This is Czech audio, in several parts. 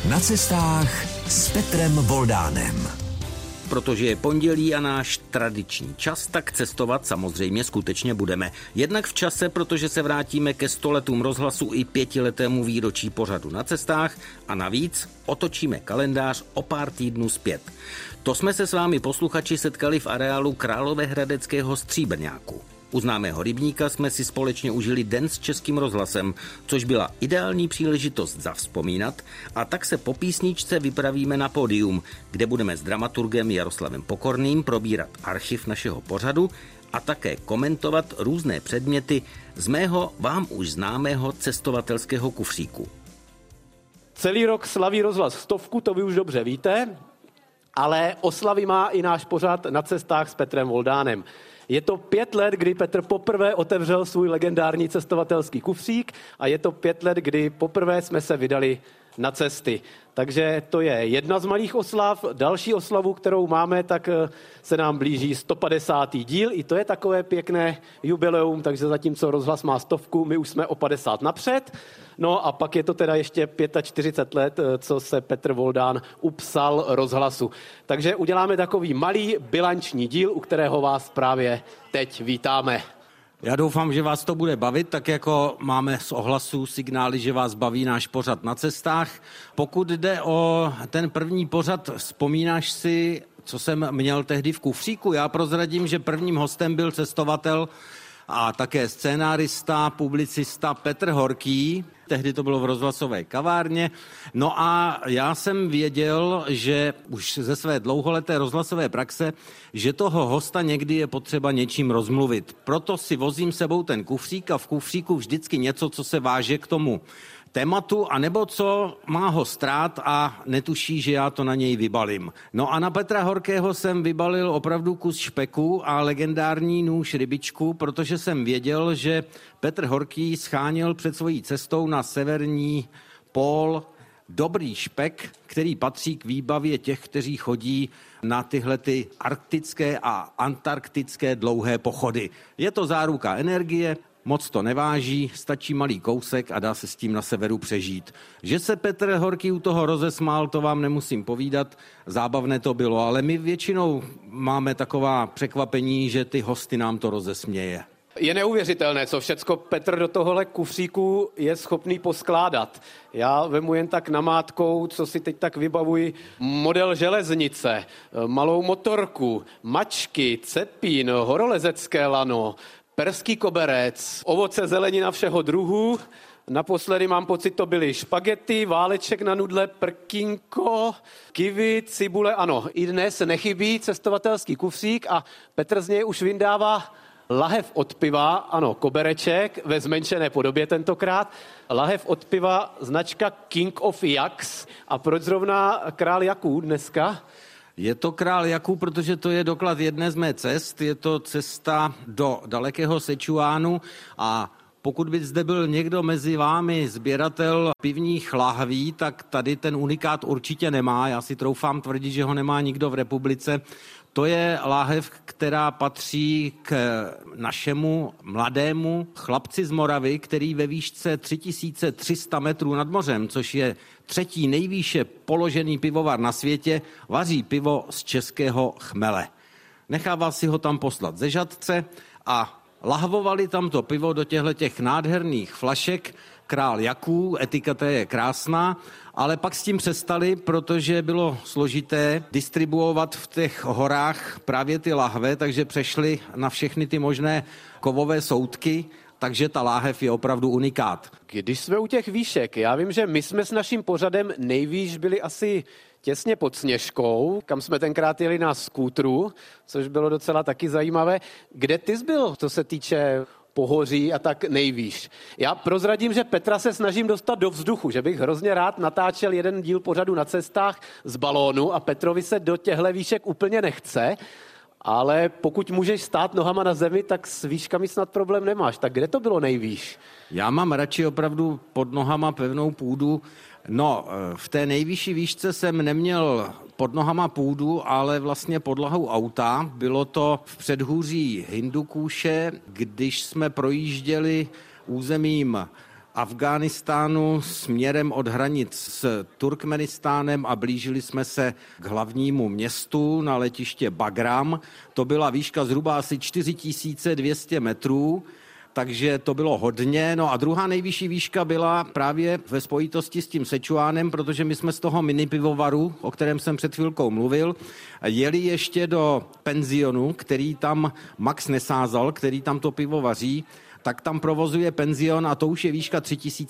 Na cestách s Petrem Voldánem. Protože je pondělí a náš tradiční čas, tak cestovat samozřejmě skutečně budeme. Jednak v čase, protože se vrátíme ke 100 letům rozhlasu i 5letému výročí pořadu Na cestách a navíc otočíme kalendář o pár týdnů zpět. To jsme se s vámi posluchači setkali v areálu Královéhradeckého Stříbrňáku. U známého rybníka jsme si společně užili den s Českým rozhlasem, což byla ideální příležitost zavzpomínat, a tak se po písničce vypravíme na pódium, kde budeme s dramaturgem Jaroslavem Pokorným probírat archiv našeho pořadu a také komentovat různé předměty z mého vám už známého cestovatelského kufříku. Celý rok slaví rozhlas 100, to vy už dobře víte, ale oslavy má i náš pořad Na cestách s Petrem Voldánem. Je to 5 let, kdy Petr poprvé otevřel svůj legendární cestovatelský kufřík a je to 5 let, kdy poprvé jsme se vydali na cesty. Takže to je jedna z malých oslav. Další oslavu, kterou máme, tak se nám blíží 150. díl. I to je takové pěkné jubileum, takže zatímco rozhlas má 100, my už jsme o 50 napřed. No a pak je to teda ještě 45 let, co se Petr Voldán upsal rozhlasu. Takže uděláme takový malý bilanční díl, u kterého vás právě teď vítáme. Já doufám, že vás to bude bavit, tak jako máme z ohlasu signály, že vás baví náš pořad Na cestách. Pokud jde o ten první pořad, vzpomínáš si, co jsem měl tehdy v kufříku? Já prozradím, že prvním hostem byl cestovatel a také scénárista, publicista Petr Horký. Tehdy to bylo v rozhlasové kavárně. No a já jsem věděl, že už ze své dlouholeté rozhlasové praxe, že toho hosta někdy je potřeba něčím rozmluvit. Proto si vozím sebou ten kufřík a v kufříku vždycky něco, co se váže k tomu tématu, anebo co má ho strát a netuší, že já to na něj vybalím. No a na Petra Horkého jsem vybalil opravdu kus špeku a legendární nůž rybičku, protože jsem věděl, že Petr Horký scháněl před svojí cestou na severní pól dobrý špek, který patří k výbavě těch, kteří chodí na tyhle ty arktické a antarktické dlouhé pochody. Je to záruka energie, moc to neváží, stačí malý kousek a dá se s tím na severu přežít. Že se Petr Horký u toho rozesmál, to vám nemusím povídat, zábavné to bylo, ale my většinou máme taková překvapení, že ty hosty nám to rozesměje. Je neuvěřitelné, co všecko Petr do tohohle kufříku je schopný poskládat. Já vemu jen tak namátkou, co si teď tak vybavuji, model železnice, malou motorku, mačky, cepín, horolezecké lano, perský koberec, ovoce, zelenina všeho druhu. Naposledy mám pocit, to byly špagety, váleček na nudle, prkínko, kiwi, cibule. Ano, i dnes nechybí cestovatelský kufřík a Petr z něj už vyndává lahev od piva, ano, kobereček, ve zmenšené podobě tentokrát. Lahev od piva, značka King of Jaks. A proč zrovna král Jaků dneska? Je to král Jaků, protože to je doklad jedné z mé cest. Je to cesta do dalekého Sečuánu a pokud by zde byl někdo mezi vámi sběratel pivních lahví, tak tady ten unikát určitě nemá. Já si troufám tvrdit, že ho nemá nikdo v republice. To je láhev, která patří k našemu mladému chlapci z Moravy, který ve výšce 3300 metrů nad mořem, což je 3. nejvýše položený pivovar na světě, vaří pivo z českého chmele. Nechává si ho tam poslat ze Žatce a lahvovali tam to pivo do těchto nádherných flašek. Král Jaků, etiketa je krásná, ale pak s tím přestali, protože bylo složité distribuovat v těch horách právě ty lahve, takže přešli na všechny ty možné kovové soudky, takže ta láhev je opravdu unikát. Když jsme u těch výšek, já vím, že my jsme s naším pořadem nejvýš byli asi těsně pod Sněžkou, kam jsme tenkrát jeli na skútru, což bylo docela taky zajímavé. Kde ty jsi byl, co se týče pohoří a tak nejvýš? Já prozradím, že Petra se snažím dostat do vzduchu, že bych hrozně rád natáčel jeden díl pořadu Na cestách z balónu a Petrovi se do těchto výšek úplně nechce, ale pokud můžeš stát nohama na zemi, tak s výškami snad problém nemáš. Tak kde to bylo nejvýš? Já mám radši opravdu pod nohama pevnou půdu. No, v té nejvyšší výšce jsem neměl pod nohama půdu, ale vlastně podlahu auta. Bylo to v předhůří Hindukúše, když jsme projížděli územím Afghánistánu směrem od hranic s Turkmenistánem a blížili jsme se k hlavnímu městu na letiště Bagram. To byla výška zhruba asi 4200 metrů, takže to bylo hodně. No a druhá nejvyšší výška byla právě ve spojitosti s tím Sečuánem, protože my jsme z toho minipivovaru, o kterém jsem před chvilkou mluvil, jeli ještě do penzionu, který tam Max Nesázal, který tam to pivo vaří, tak tam provozuje penzion a to už je výška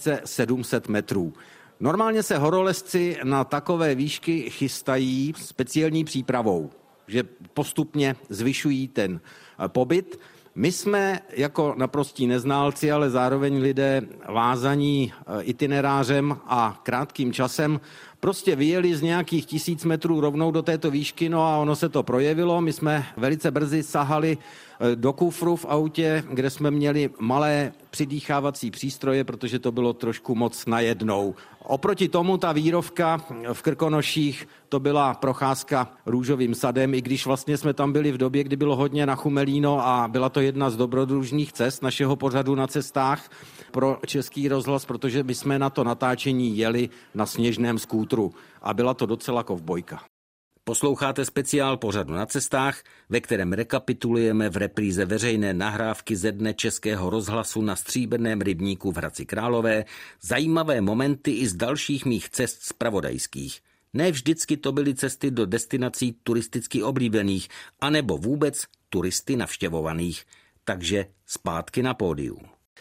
3700 metrů. Normálně se horolezci na takové výšky chystají speciální přípravou, že postupně zvyšují ten pobyt. My jsme jako naprostí neználci, ale zároveň lidé vázaní itinerářem a krátkým časem, prostě vyjeli z nějakých 1000 metrů rovnou do této výšky, no a ono se to projevilo. My jsme velice brzy sahali do kufru v autě, kde jsme měli malé přidýchávací přístroje, protože to bylo trošku moc najednou. Oproti tomu ta výrovka v Krkonoších, to byla procházka růžovým sadem, i když vlastně jsme tam byli v době, kdy bylo hodně na Chumelíno a byla to jedna z dobrodružných cest našeho pořadu Na cestách pro Český rozhlas, protože my jsme na to natáčení jeli na sněžném skútru a byla to docela kovbojka. Posloucháte speciál pořadu Na cestách, ve kterém rekapitulujeme v repríze veřejné nahrávky ze dne Českého rozhlasu na Stříbrném rybníku v Hradci Králové zajímavé momenty i z dalších mých cest zpravodajských. Ne vždycky to byly cesty do destinací turisticky oblíbených, anebo vůbec turisty navštěvovaných. Takže zpátky na pódium.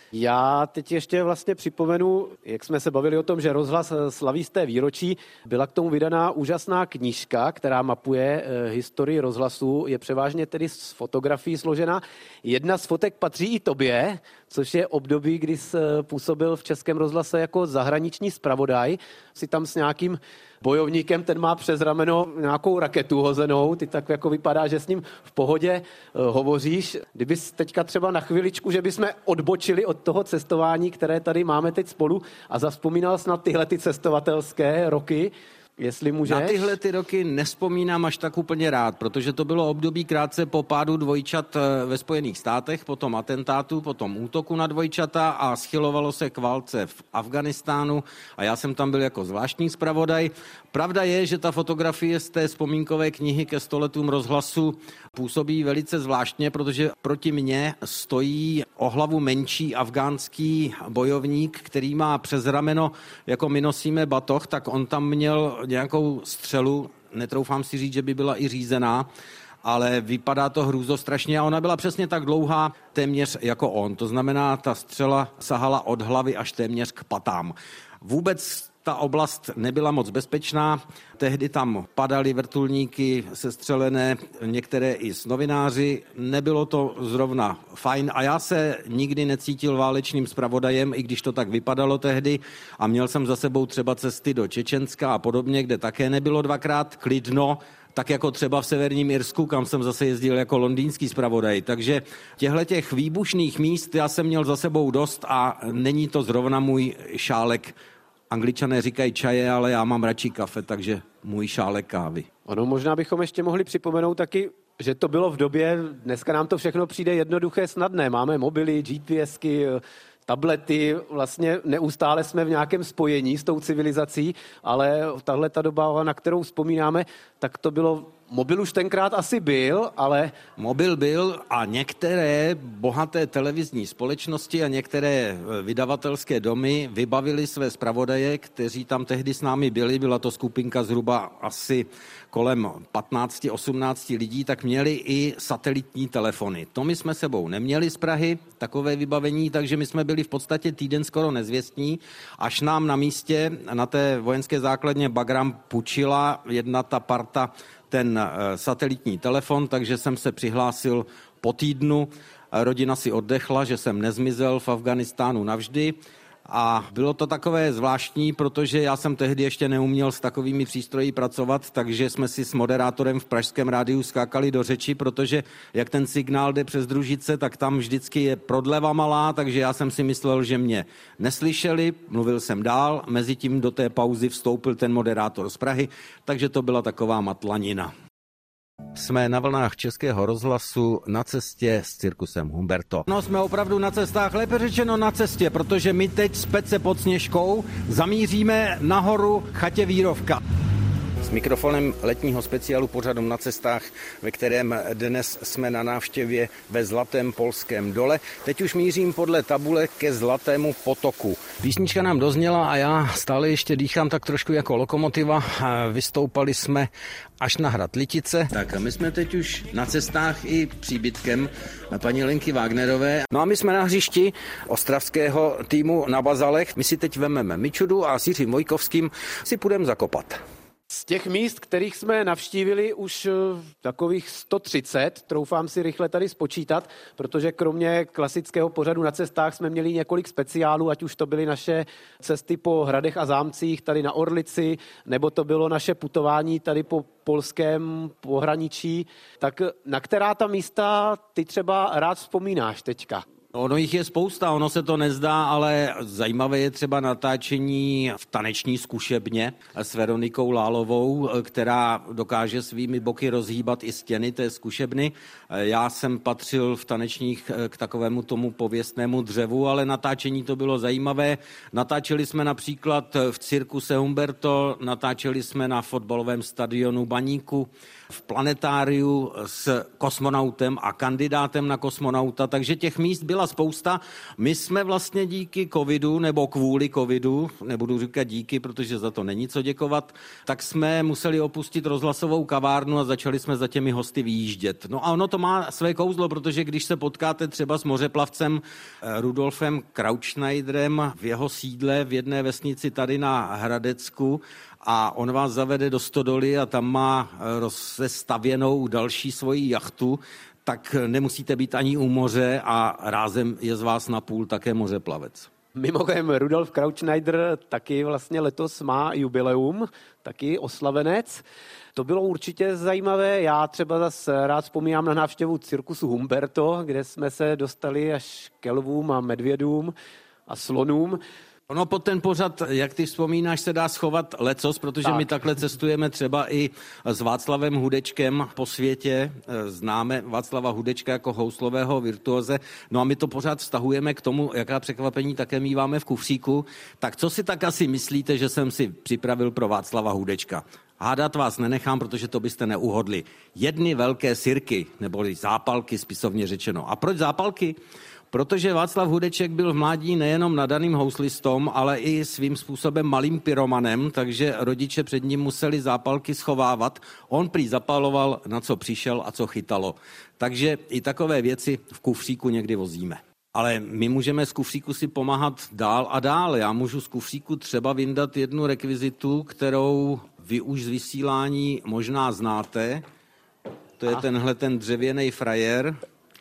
Já teď ještě vlastně připomenu, jak jsme se bavili o tom, že rozhlas slaví 100. výročí. Byla k tomu vydaná úžasná knížka, která mapuje historii rozhlasu. Je převážně tedy z fotografií složena. Jedna z fotek patří i tobě, což je období, kdy jsi působil v Českém rozhlase jako zahraniční zpravodaj. Jsi tam s nějakým bojovníkem, ten má přes rameno nějakou raketu hozenou, ty tak jako vypadá, že s ním v pohodě hovoříš. Kdybys teďka třeba na chviličku, že bychom odbočili od toho cestování, které tady máme teď spolu a zavzpomínal jsi na tyhle ty cestovatelské roky, jestli můžeš. Na tyhle ty roky nevzpomínám až tak úplně rád, protože to bylo období krátce po pádu dvojčat ve Spojených státech, potom atentátu, potom útoku na dvojčata a schylovalo se k válce v Afghánistánu a já jsem tam byl jako zvláštní zpravodaj. Pravda je, že ta fotografie z té vzpomínkové knihy ke 100 letům rozhlasu působí velice zvláštně, protože proti mně stojí o hlavu menší afgánský bojovník, který má přes rameno, jako my nosíme batoh, tak on tam měl nějakou střelu, netroufám si říct, že by byla i řízená, ale vypadá to hrůzostrašně a ona byla přesně tak dlouhá téměř jako on. To znamená, ta střela sahala od hlavy až téměř k patám. Vůbec ta oblast nebyla moc bezpečná, tehdy tam padaly vrtulníky sestřelené, některé i s novináři, nebylo to zrovna fajn a já se nikdy necítil válečným zpravodajem, i když to tak vypadalo tehdy a měl jsem za sebou třeba cesty do Čečenska a podobně, kde také nebylo dvakrát klidno, tak jako třeba v Severním Irsku, kam jsem zase jezdil jako londýnský zpravodaj. Takže těch výbušných míst já jsem měl za sebou dost a není to zrovna můj šálek. Angličané říkají čaje, ale já mám radši kafe, takže můj šálek kávy. Ono možná bychom ještě mohli připomenout taky, že to bylo v době, dneska nám to všechno přijde jednoduché, snadné. Máme mobily, GPSky, tablety, vlastně neustále jsme v nějakém spojení s tou civilizací, ale tahle ta doba, na kterou vzpomínáme, tak to bylo. Mobil už tenkrát asi byl, ale... Mobil byl a některé bohaté televizní společnosti a některé vydavatelské domy vybavili své zpravodaje, kteří tam tehdy s námi byli, byla to skupinka zhruba asi kolem 15-18 lidí, tak měli i satelitní telefony. To my jsme sebou neměli z Prahy, takové vybavení, takže my jsme byli v podstatě týden skoro nezvěstní, až nám na místě, na té vojenské základně Bagram půjčila jedna ta parta ten satelitní telefon, takže jsem se přihlásil po týdnu. Rodina si oddechla, že jsem nezmizel v Afghánistánu navždy a bylo to takové zvláštní, protože já jsem tehdy ještě neuměl s takovými přístroji pracovat, takže jsme si s moderátorem v pražském rádiu skákali do řeči, protože jak ten signál jde přes družice, tak tam vždycky je prodleva malá, takže já jsem si myslel, že mě neslyšeli, mluvil jsem dál, mezitím do té pauzy vstoupil ten moderátor z Prahy, takže to byla taková matlanina. Jsme na vlnách Českého rozhlasu na cestě s cirkusem Humberto. No, jsme opravdu na cestách, lépe řečeno na cestě, protože my teď z Pece pod Sněžkou zamíříme nahoru Chatě Vírovka. S mikrofonem letního speciálu pořadu Na cestách, ve kterém dnes jsme na návštěvě ve Zlatém Polském dole. Teď už mířím podle tabule ke Zlatému potoku. Písnička nám dozněla a já stále ještě dýchám tak trošku jako lokomotiva. Vystoupali jsme až na hrad Litice. Tak a my jsme teď už na cestách i příbytkem paní Lenky Wagnerové. No a my jsme na hřišti ostravského týmu na Bazalech. My si teď vememe Mičudu a s Jiřím Vojkovským si půjdeme zakopat. Z těch míst, kterých jsme navštívili už takových 130, troufám si rychle tady spočítat, protože kromě klasického pořadu Na cestách jsme měli několik speciálů, ať už to byly naše cesty po hradech a zámcích tady na Orlici, nebo to bylo naše putování tady po polském pohraničí. Tak na která ta místa ty třeba rád vzpomínáš teďka? Ono jich je spousta, ono se to nezdá, ale zajímavé je třeba natáčení v taneční zkušebně s Veronikou Lálovou, která dokáže svými boky rozhýbat i stěny té zkušebny. Já jsem patřil v tanečních k takovému tomu pověstnému dřevu, ale natáčení to bylo zajímavé. Natáčeli jsme například v cirkuse Humberto, natáčeli jsme na fotbalovém stadionu Baníku, v planetáriu s kosmonautem a kandidátem na kosmonauta, takže těch míst byla spousta. My jsme vlastně díky covidu, nebo kvůli covidu, nebudu říkat díky, protože za to není co děkovat, tak jsme museli opustit rozhlasovou kavárnu a začali jsme za těmi hosty vyjíždět. No a ono to má své kouzlo, protože když se potkáte třeba s mořeplavcem Rudolfem Krautschneiderem v jeho sídle v jedné vesnici tady na Hradecku, a on vás zavede do stodoly a tam má rozestavěnou další svoji jachtu, tak nemusíte být ani u moře a rázem je z vás napůl také mořeplavec. Mimochodem Rudolf Krautschneider taky vlastně letos má jubileum, taky oslavenec. To bylo určitě zajímavé. Já třeba zase rád vzpomínám na návštěvu cirkusu Humberto, kde jsme se dostali až k lvům a medvědům a slonům. Ono pod ten pořad, jak ty vzpomínáš, se dá schovat lecos, protože my takhle cestujeme třeba i s Václavem Hudečkem po světě. Známe Václava Hudečka jako houslového virtuóze. No a my to pořád vztahujeme k tomu, jaká překvapení také míváme v kufříku. Tak co si tak asi myslíte, že jsem si připravil pro Václava Hudečka? Hádat vás nenechám, protože to byste neuhodli. Jedny velké sirky, neboli zápalky, spisovně řečeno. A proč zápalky? Protože Václav Hudeček byl v mládí nejenom nadaným houslistou, ale i svým způsobem malým pyromanem, takže rodiče před ním museli zápalky schovávat. On prý zapaloval, na co přišel a co chytalo. Takže i takové věci v kufříku někdy vozíme. Ale my můžeme z kufříku si pomáhat dál a dál. Já můžu z kufříku třeba vyndat jednu rekvizitu, kterou vy už z vysílání možná znáte. To je tenhle ten dřevěný frajer.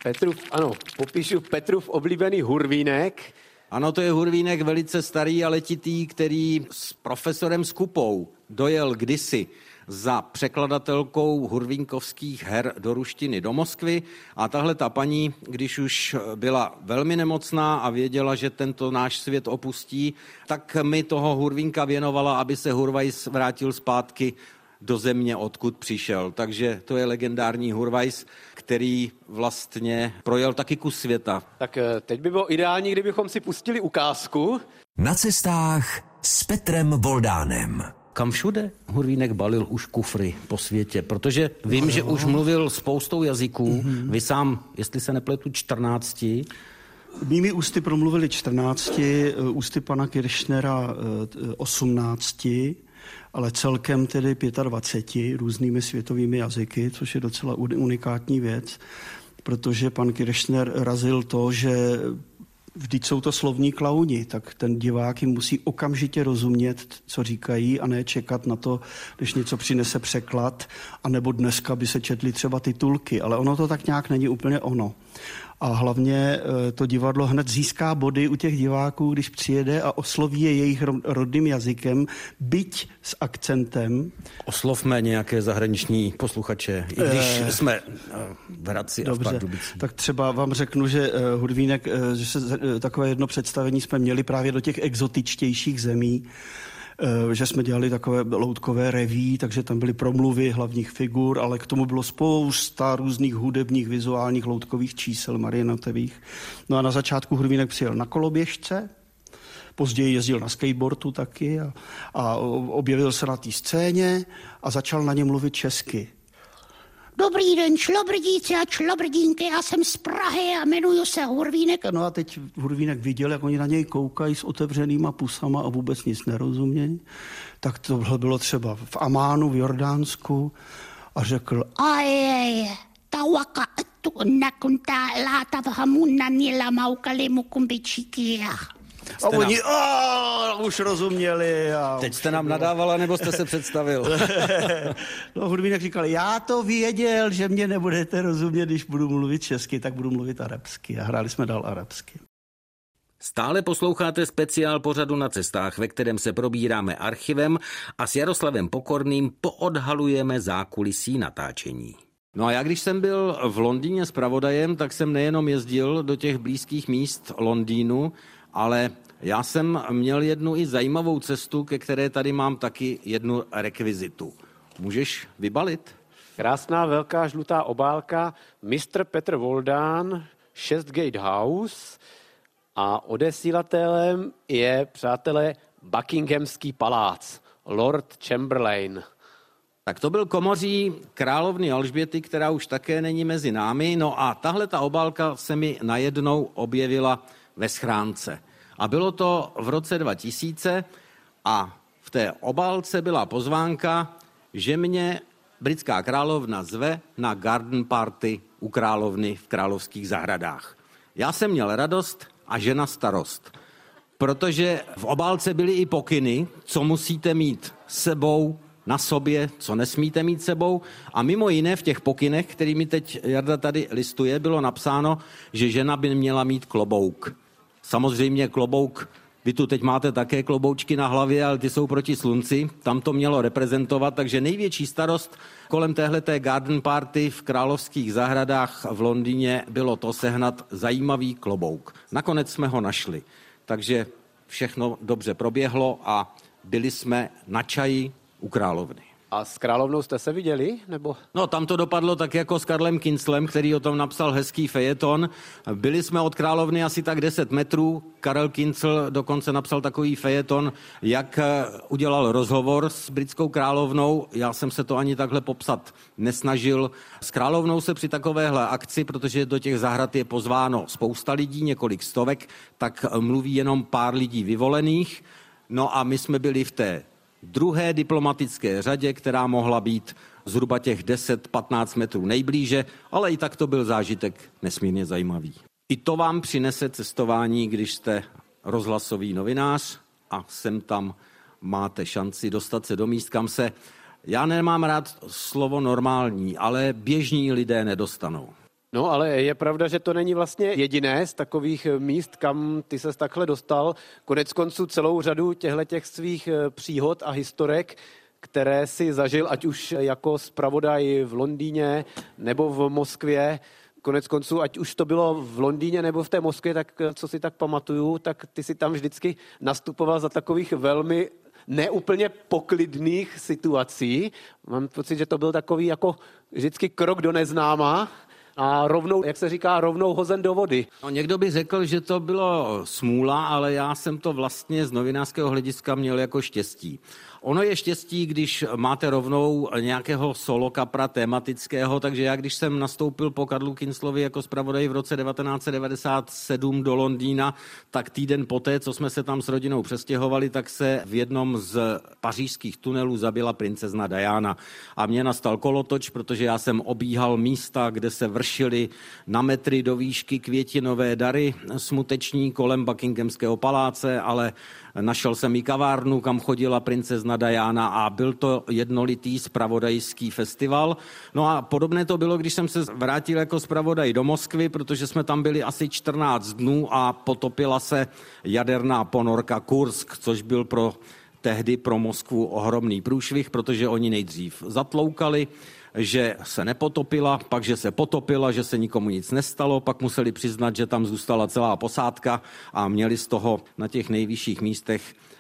Popíšu Petrův oblíbený hurvínek. Ano, to je hurvínek velice starý a letitý, který s profesorem Skupou dojel kdysi za překladatelkou hurvínkovských her do ruštiny do Moskvy a tahle ta paní, když už byla velmi nemocná a věděla, že tento náš svět opustí, tak mi toho hurvínka věnovala, aby se Hurvajs vrátil zpátky do země, odkud přišel. Takže to je legendární Hurvajs, který vlastně projel taky kus světa. Tak teď by bylo ideální, kdybychom si pustili ukázku. Na cestách s Petrem Voldánem. Kam všude Hurvínek balil už kufry po světě, protože vím, že už mluvil spoustou jazyků. Vy sám, jestli se nepletu, 14. Mými ústy promluvili 14, ústy pana Kirchnera 18, ale celkem tedy 25 různými světovými jazyky, což je docela unikátní věc, protože pan Kirchner razil to, že vždyť jsou to slovní klauni, tak ten divák jim musí okamžitě rozumět, co říkají a ne čekat na to, když něco přinese překlad, anebo dneska by se četly třeba titulky, ale ono to tak nějak není úplně ono. A hlavně to divadlo hned získá body u těch diváků, když přijede a osloví je jejich rodným jazykem, byť s akcentem. Oslovme nějaké zahraniční posluchače, i když jsme v Hradci a v Pardubicích. Tak třeba vám řeknu, že Hurvínek, že se takové jedno představení jsme měli právě do těch exotičtějších zemí, že jsme dělali takové loutkové reví, takže tam byly promluvy hlavních figur, ale k tomu bylo spousta různých hudebních, vizuálních loutkových čísel marionetových. No a na začátku Hurvínek přijel na koloběžce, později jezdil na skateboardu taky a objevil se na té scéně a začal na ně mluvit česky. Dobrý den, člobrdíci a člobrdínky, já jsem z Prahy a jmenuju se Hurvínek. No a teď Hurvínek viděl, jak oni na něj koukají s otevřenýma pusama a vůbec nic nerozumějí. Tak tohle bylo třeba v Amánu, v Jordánsku a řekl Ajej, tawaka tu nakunta láta v hamuna nila maukali mukumbičikia. A oni už rozuměli. A teď jste nám nadávala, nebo jste se představil? No, Hurvínek říkal, já to věděl, že mě nebudete rozumět, když budu mluvit česky, tak budu mluvit arabsky. A hráli jsme dál arabsky. Stále posloucháte speciál pořadu Na cestách, ve kterém se probíráme archivem a s Jaroslavem Pokorným poodhalujeme zákulisí natáčení. No a já, když jsem byl v Londýně zpravodajem, tak jsem nejenom jezdil do těch blízkých míst Londýnu, ale já jsem měl jednu i zajímavou cestu, ke které tady mám taky jednu rekvizitu. Můžeš vybalit? Krásná velká žlutá obálka, Mr. Petr Voldán, 6 Gate House a odesílatelem je, přátelé, Buckinghamský palác, Lord Chamberlain. Tak to byl komoří královny Alžběty, která už také není mezi námi. No a tahle ta obálka se mi najednou objevila ve schránce. A bylo to v roce 2000 a v té obálce byla pozvánka, že mě britská královna zve na garden party u královny v Královských zahradách. Já jsem měl radost a žena starost, protože v obálce byly i pokyny, co musíte mít sebou, na sobě, co nesmíte mít sebou. A mimo jiné v těch pokynech, kterými teď Jarda tady listuje, bylo napsáno, že žena by měla mít klobouk. Samozřejmě klobouk, vy tu teď máte také kloboučky na hlavě, ale ty jsou proti slunci, tam to mělo reprezentovat, takže největší starost kolem téhleté garden party v Královských zahradách v Londýně bylo to sehnat zajímavý klobouk. Nakonec jsme ho našli, takže všechno dobře proběhlo a byli jsme na čaji u královny. A s královnou jste se viděli, nebo? No, tam to dopadlo tak jako s Karlem Kinslem, který o tom napsal hezký fejeton. Byli jsme od královny asi tak 10 metrů. Karel Kincl dokonce napsal takový fejeton, jak udělal rozhovor s britskou královnou. Já jsem se to ani takhle popsat nesnažil. S královnou se při takovéhle akci, protože do těch zahrad je pozváno spousta lidí, několik stovek, tak mluví jenom pár lidí vyvolených. No a my jsme byli v té druhé diplomatické řadě, která mohla být zhruba těch 10-15 metrů nejblíže, ale i tak to byl zážitek nesmírně zajímavý. I to vám přinese cestování, když jste rozhlasový novinář a sem tam máte šanci dostat se do míst, kam se, já nemám rád slovo normální, ale běžní lidé nedostanou. No, ale je pravda, že to není vlastně jediné z takových míst, kam ty ses takhle dostal. Konec konců celou řadu těchto svých příhod a historek, které si zažil, ať už jako zpravodaj v Londýně nebo v Moskvě. Konec konců, ať už to bylo v Londýně nebo v té Moskvě, tak co si tak pamatuju, tak ty si tam vždycky nastupoval za takových velmi neúplně poklidných situací. Mám pocit, že to byl takový jako vždycky krok do neznáma. A rovnou, jak se říká, rovnou hozen do vody. No, někdo by řekl, že to bylo smůla, ale já jsem to vlastně z novinářského hlediska měl jako štěstí. Ono je štěstí, když máte rovnou nějakého solokapra tematického, takže já, když jsem nastoupil po Karlu Kinclovi jako zpravodaj v roce 1997 do Londýna, tak týden poté, co jsme se tam s rodinou přestěhovali, tak se v jednom z pařížských tunelů zabila princezna Diana. A mně nastal kolotoč, protože já jsem obíhal místa, kde se vršily na metry do výšky květinové dary smuteční kolem Buckinghamského paláce, ale našel jsem i kavárnu, kam chodila princezna Diana a byl to jednolitý zpravodajský festival. No a podobné to bylo, když jsem se vrátil jako zpravodaj do Moskvy, protože jsme tam byli asi 14 dnů a potopila se jaderná ponorka Kursk, což byl tehdy pro Moskvu ohromný průšvih, protože oni nejdřív zatloukali, že se nepotopila, pak že se potopila, že se nikomu nic nestalo, pak museli přiznat, že tam zůstala celá posádka a měli z toho na těch nejvyšších místech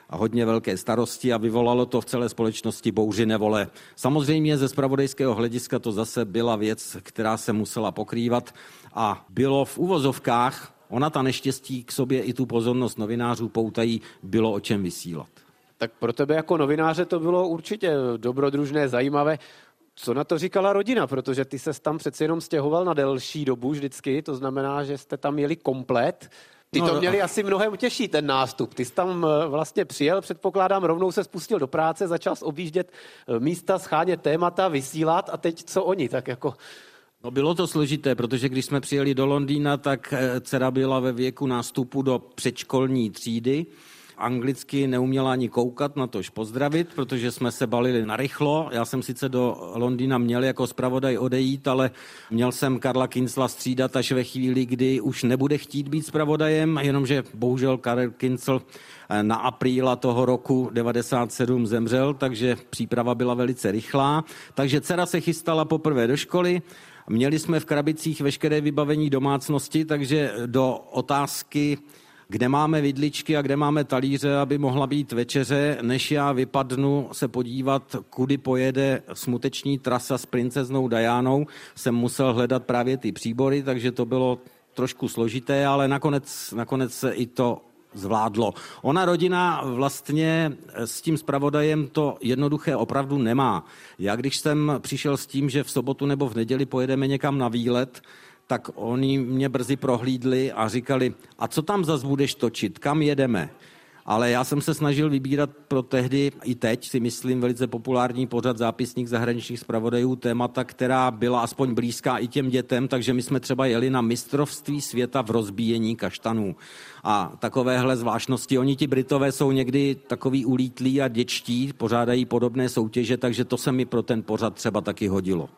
a hodně velké starosti a vyvolalo to v celé společnosti bouři nevole. Samozřejmě ze zpravodajského hlediska to zase byla věc, která se musela pokrývat a bylo v uvozovkách, ona ta neštěstí k sobě i tu pozornost novinářů poutají, bylo o čem vysílat. Tak pro tebe jako novináře to bylo určitě dobrodružné, zajímavé. Co na to říkala rodina? Protože ty ses tam přeci jenom stěhoval na delší dobu vždycky, to znamená, že jste tam jeli komplet. Ty to měli asi mnohem těžší, ten nástup. Ty jsi tam vlastně přijel, předpokládám, rovnou se spustil do práce, začal jsi objíždět místa, schánět témata, vysílat a teď co oni? Tak jako... No bylo to složité, protože když jsme přijeli do Londýna, tak dcera byla ve věku nástupu do předškolní třídy. Anglicky neuměla ani koukat, natož pozdravit, protože jsme se balili narychlo. Já jsem sice do Londýna měl jako zpravodaj odejít, ale měl jsem Karla Kincla střídat až ve chvíli, kdy už nebude chtít být zpravodajem, jenomže bohužel Karel Kincl na apríla toho roku 97 zemřel, takže příprava byla velice rychlá. Takže dcera se chystala poprvé do školy. Měli jsme v krabicích veškeré vybavení domácnosti, takže do otázky, kde máme vidličky a kde máme talíře, aby mohla být večeře, než já vypadnu se podívat, kudy pojede smuteční trasa s princeznou Dianou, jsem musel hledat právě ty příbory, takže to bylo trošku složité, ale nakonec se i to zvládlo. Ona rodina vlastně s tím zpravodajem to jednoduché opravdu nemá. Já když jsem přišel s tím, že v sobotu nebo v neděli pojedeme někam na výlet, tak oni mě brzy prohlídli a říkali, a co tam zas budeš točit, kam jedeme? Ale já jsem se snažil vybírat pro tehdy i teď, si myslím, velice populární pořad Zápisník zahraničních zpravodajů, témata, která byla aspoň blízká i těm dětem, takže my jsme třeba jeli na mistrovství světa v rozbíjení kaštanů. A takovéhle zvláštnosti, oni ti Britové jsou někdy takový ulítlí a děčtí, pořádají podobné soutěže, takže to se mi pro ten pořad třeba taky hodilo.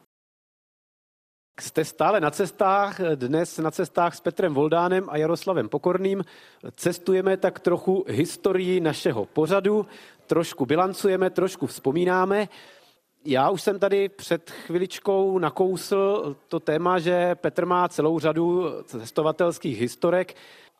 Jste stále na cestách, dnes na cestách s Petrem Voldánem a Jaroslavem Pokorným. Cestujeme tak trochu historii našeho pořadu, trošku bilancujeme, trošku vzpomínáme. Já už jsem tady před chviličkou nakousl to téma, že Petr má celou řadu cestovatelských historek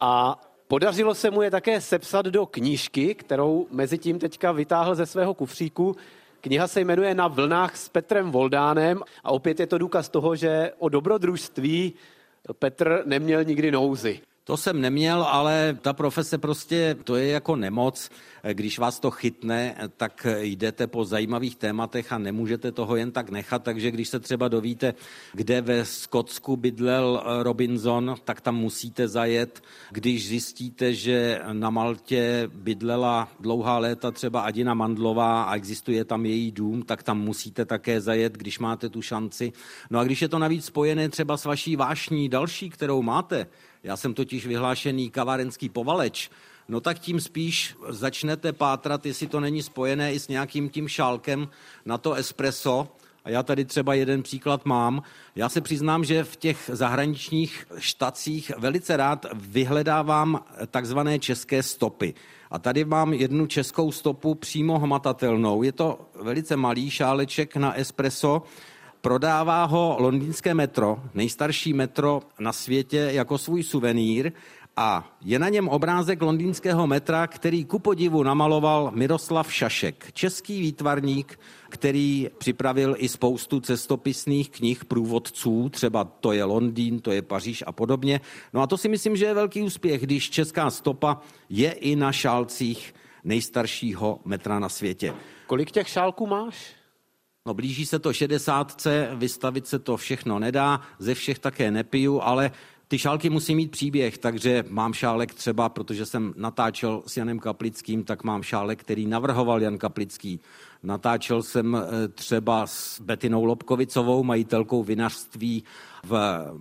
a podařilo se mu je také sepsat do knížky, kterou mezi tím teďka vytáhl ze svého kufříku. Kniha se jmenuje Na vlnách s Petrem Voldánem a opět je to důkaz toho, že o dobrodružství Petr neměl nikdy nouzy. To jsem neměl, ale ta profese prostě, to je jako nemoc. Když vás to chytne, tak jdete po zajímavých tématech a nemůžete toho jen tak nechat. Takže když se třeba dovíte, kde ve Skotsku bydlel Robinson, tak tam musíte zajet. Když zjistíte, že na Maltě bydlela dlouhá léta třeba Adina Mandlová a existuje tam její dům, tak tam musíte také zajet, když máte tu šanci. No a když je to navíc spojené třeba s vaší vášní další, kterou máte, já jsem totiž vyhlášený kavárenský povaleč, no tak tím spíš začnete pátrat, jestli to není spojené i s nějakým tím šálkem na to espresso. A já tady třeba jeden příklad mám. Já se přiznám, že v těch zahraničních štacích velice rád vyhledávám takzvané české stopy. A tady mám jednu českou stopu přímo hmatatelnou. Je to velice malý šáleček na espresso. Prodává ho londýnské metro, nejstarší metro na světě, jako svůj suvenýr a je na něm obrázek londýnského metra, který ku podivu namaloval Miroslav Šašek, český výtvarník, který připravil i spoustu cestopisných knih průvodců, třeba to je Londýn, to je Paříž a podobně. No a to si myslím, že je velký úspěch, když česká stopa je i na šálcích nejstaršího metra na světě. Kolik těch šálků máš? No blíží se to 60, vystavit se to všechno nedá, ze všech také nepiju, ale ty šálky musí mít příběh, takže mám šálek třeba, protože jsem natáčel s Janem Kaplickým, tak mám šálek, který navrhoval Jan Kaplický. Natáčel jsem třeba s Betinou Lobkovicovou, majitelkou vinařství v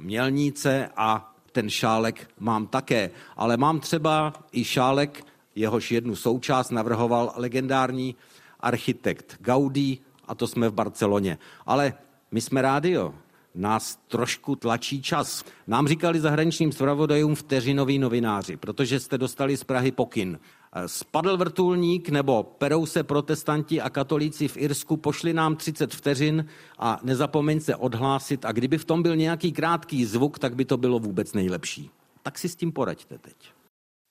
Mělníce a ten šálek mám také. Ale mám třeba i šálek, jehož jednu součást navrhoval legendární architekt Gaudí, a to jsme v Barceloně. Ale my jsme rádio, nás trošku tlačí čas. Nám říkali zahraničním zpravodajům vteřinoví novináři, protože jste dostali z Prahy pokyn. Spadl vrtulník nebo perou se protestanti a katolíci v Irsku, pošli nám 30 vteřin a nezapomeň se odhlásit a kdyby v tom byl nějaký krátký zvuk, tak by to bylo vůbec nejlepší. Tak si s tím poraďte teď.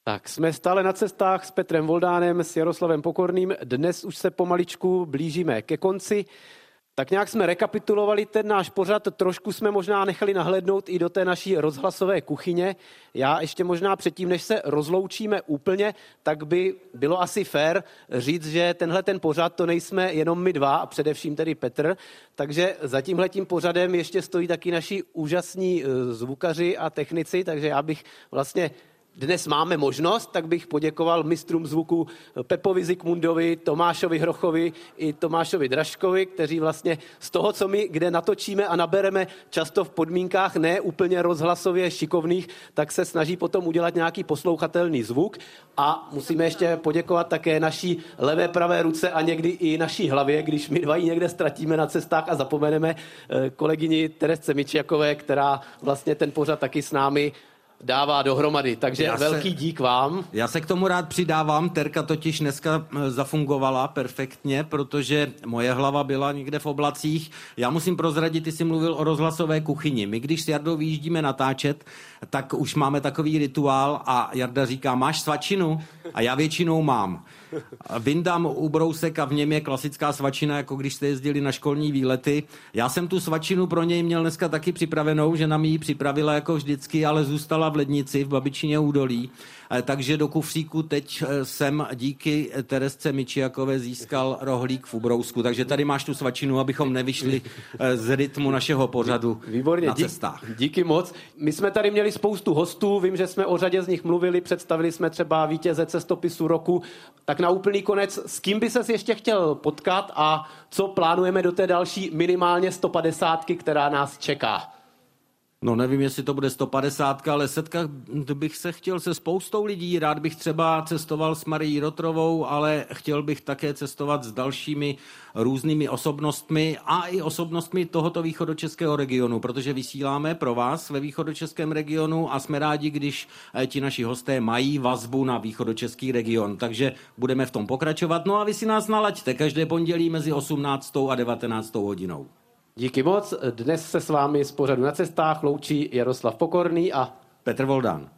Tak jsme stále na cestách s Petrem Voldánem, s Jaroslavem Pokorným. Dnes už se pomaličku blížíme ke konci. Tak nějak jsme rekapitulovali ten náš pořad, trošku jsme možná nechali nahlédnout i do té naší rozhlasové kuchyně. Já ještě možná předtím, než se rozloučíme úplně, tak by bylo asi fér říct, že tenhle ten pořad to nejsme jenom my dva, a především tedy Petr, takže za tímhletím pořadem ještě stojí taky naši úžasní zvukaři a technici, takže já bych vlastně dnes máme možnost, tak bych poděkoval mistrům zvuku Pepovi Zikmundovi, Tomášovi Hrochovi i Tomášovi Dražkovi, kteří vlastně z toho, co my kde natočíme a nabereme často v podmínkách ne úplně rozhlasově šikovných, tak se snaží potom udělat nějaký poslouchatelný zvuk. A musíme ještě poděkovat také naší levé pravé ruce a někdy i naší hlavě, když my dva ji někde ztratíme na cestách a zapomeneme, kolegyni Teresce Mičiakové, která vlastně ten pořad taky s námi dává dohromady. Takže velký dík vám. Já se k tomu rád přidávám. Terka totiž dneska zafungovala perfektně, protože moje hlava byla někde v oblacích. Já musím prozradit, ty jsi mluvil o rozhlasové kuchyni. My, když s Jardou vyjíždíme natáčet, tak už máme takový rituál a Jarda říká, máš svačinu? A já většinou mám. Vyndám ubrousek a v něm je klasická svačina, jako když jste jezdili na školní výlety. Já jsem tu svačinu pro něj měl dneska taky připravenou, že nám ji připravila jako vždycky, ale zůstala v lednici v Babičině údolí. Takže do kufříku teď jsem díky Teresce Mičiakové získal rohlík v ubrousku. Takže tady máš tu svačinu, abychom nevyšli z rytmu našeho pořadu. Výborně, na cestách. Díky moc. My jsme tady měli spoustu hostů, vím, že jsme o řadě z nich mluvili, představili jsme třeba vítěze cestopisu roku. Tak na úplný konec, s kým by ses ještě chtěl potkat a co plánujeme do té další minimálně 150, která nás čeká? No nevím, jestli to bude 150, ale setkat bych se chtěl se spoustou lidí. Rád bych třeba cestoval s Marií Rotrovou, ale chtěl bych také cestovat s dalšími různými osobnostmi a i osobnostmi tohoto východočeského regionu, protože vysíláme pro vás ve východočeském regionu a jsme rádi, když ti naši hosté mají vazbu na východočeský region. Takže budeme v tom pokračovat. No a vy si nás nalaďte každé pondělí mezi 18. a 19. hodinou. Díky moc. Dnes se s vámi z pořadu Na cestách loučí Jaroslav Pokorný a Petr Voldán.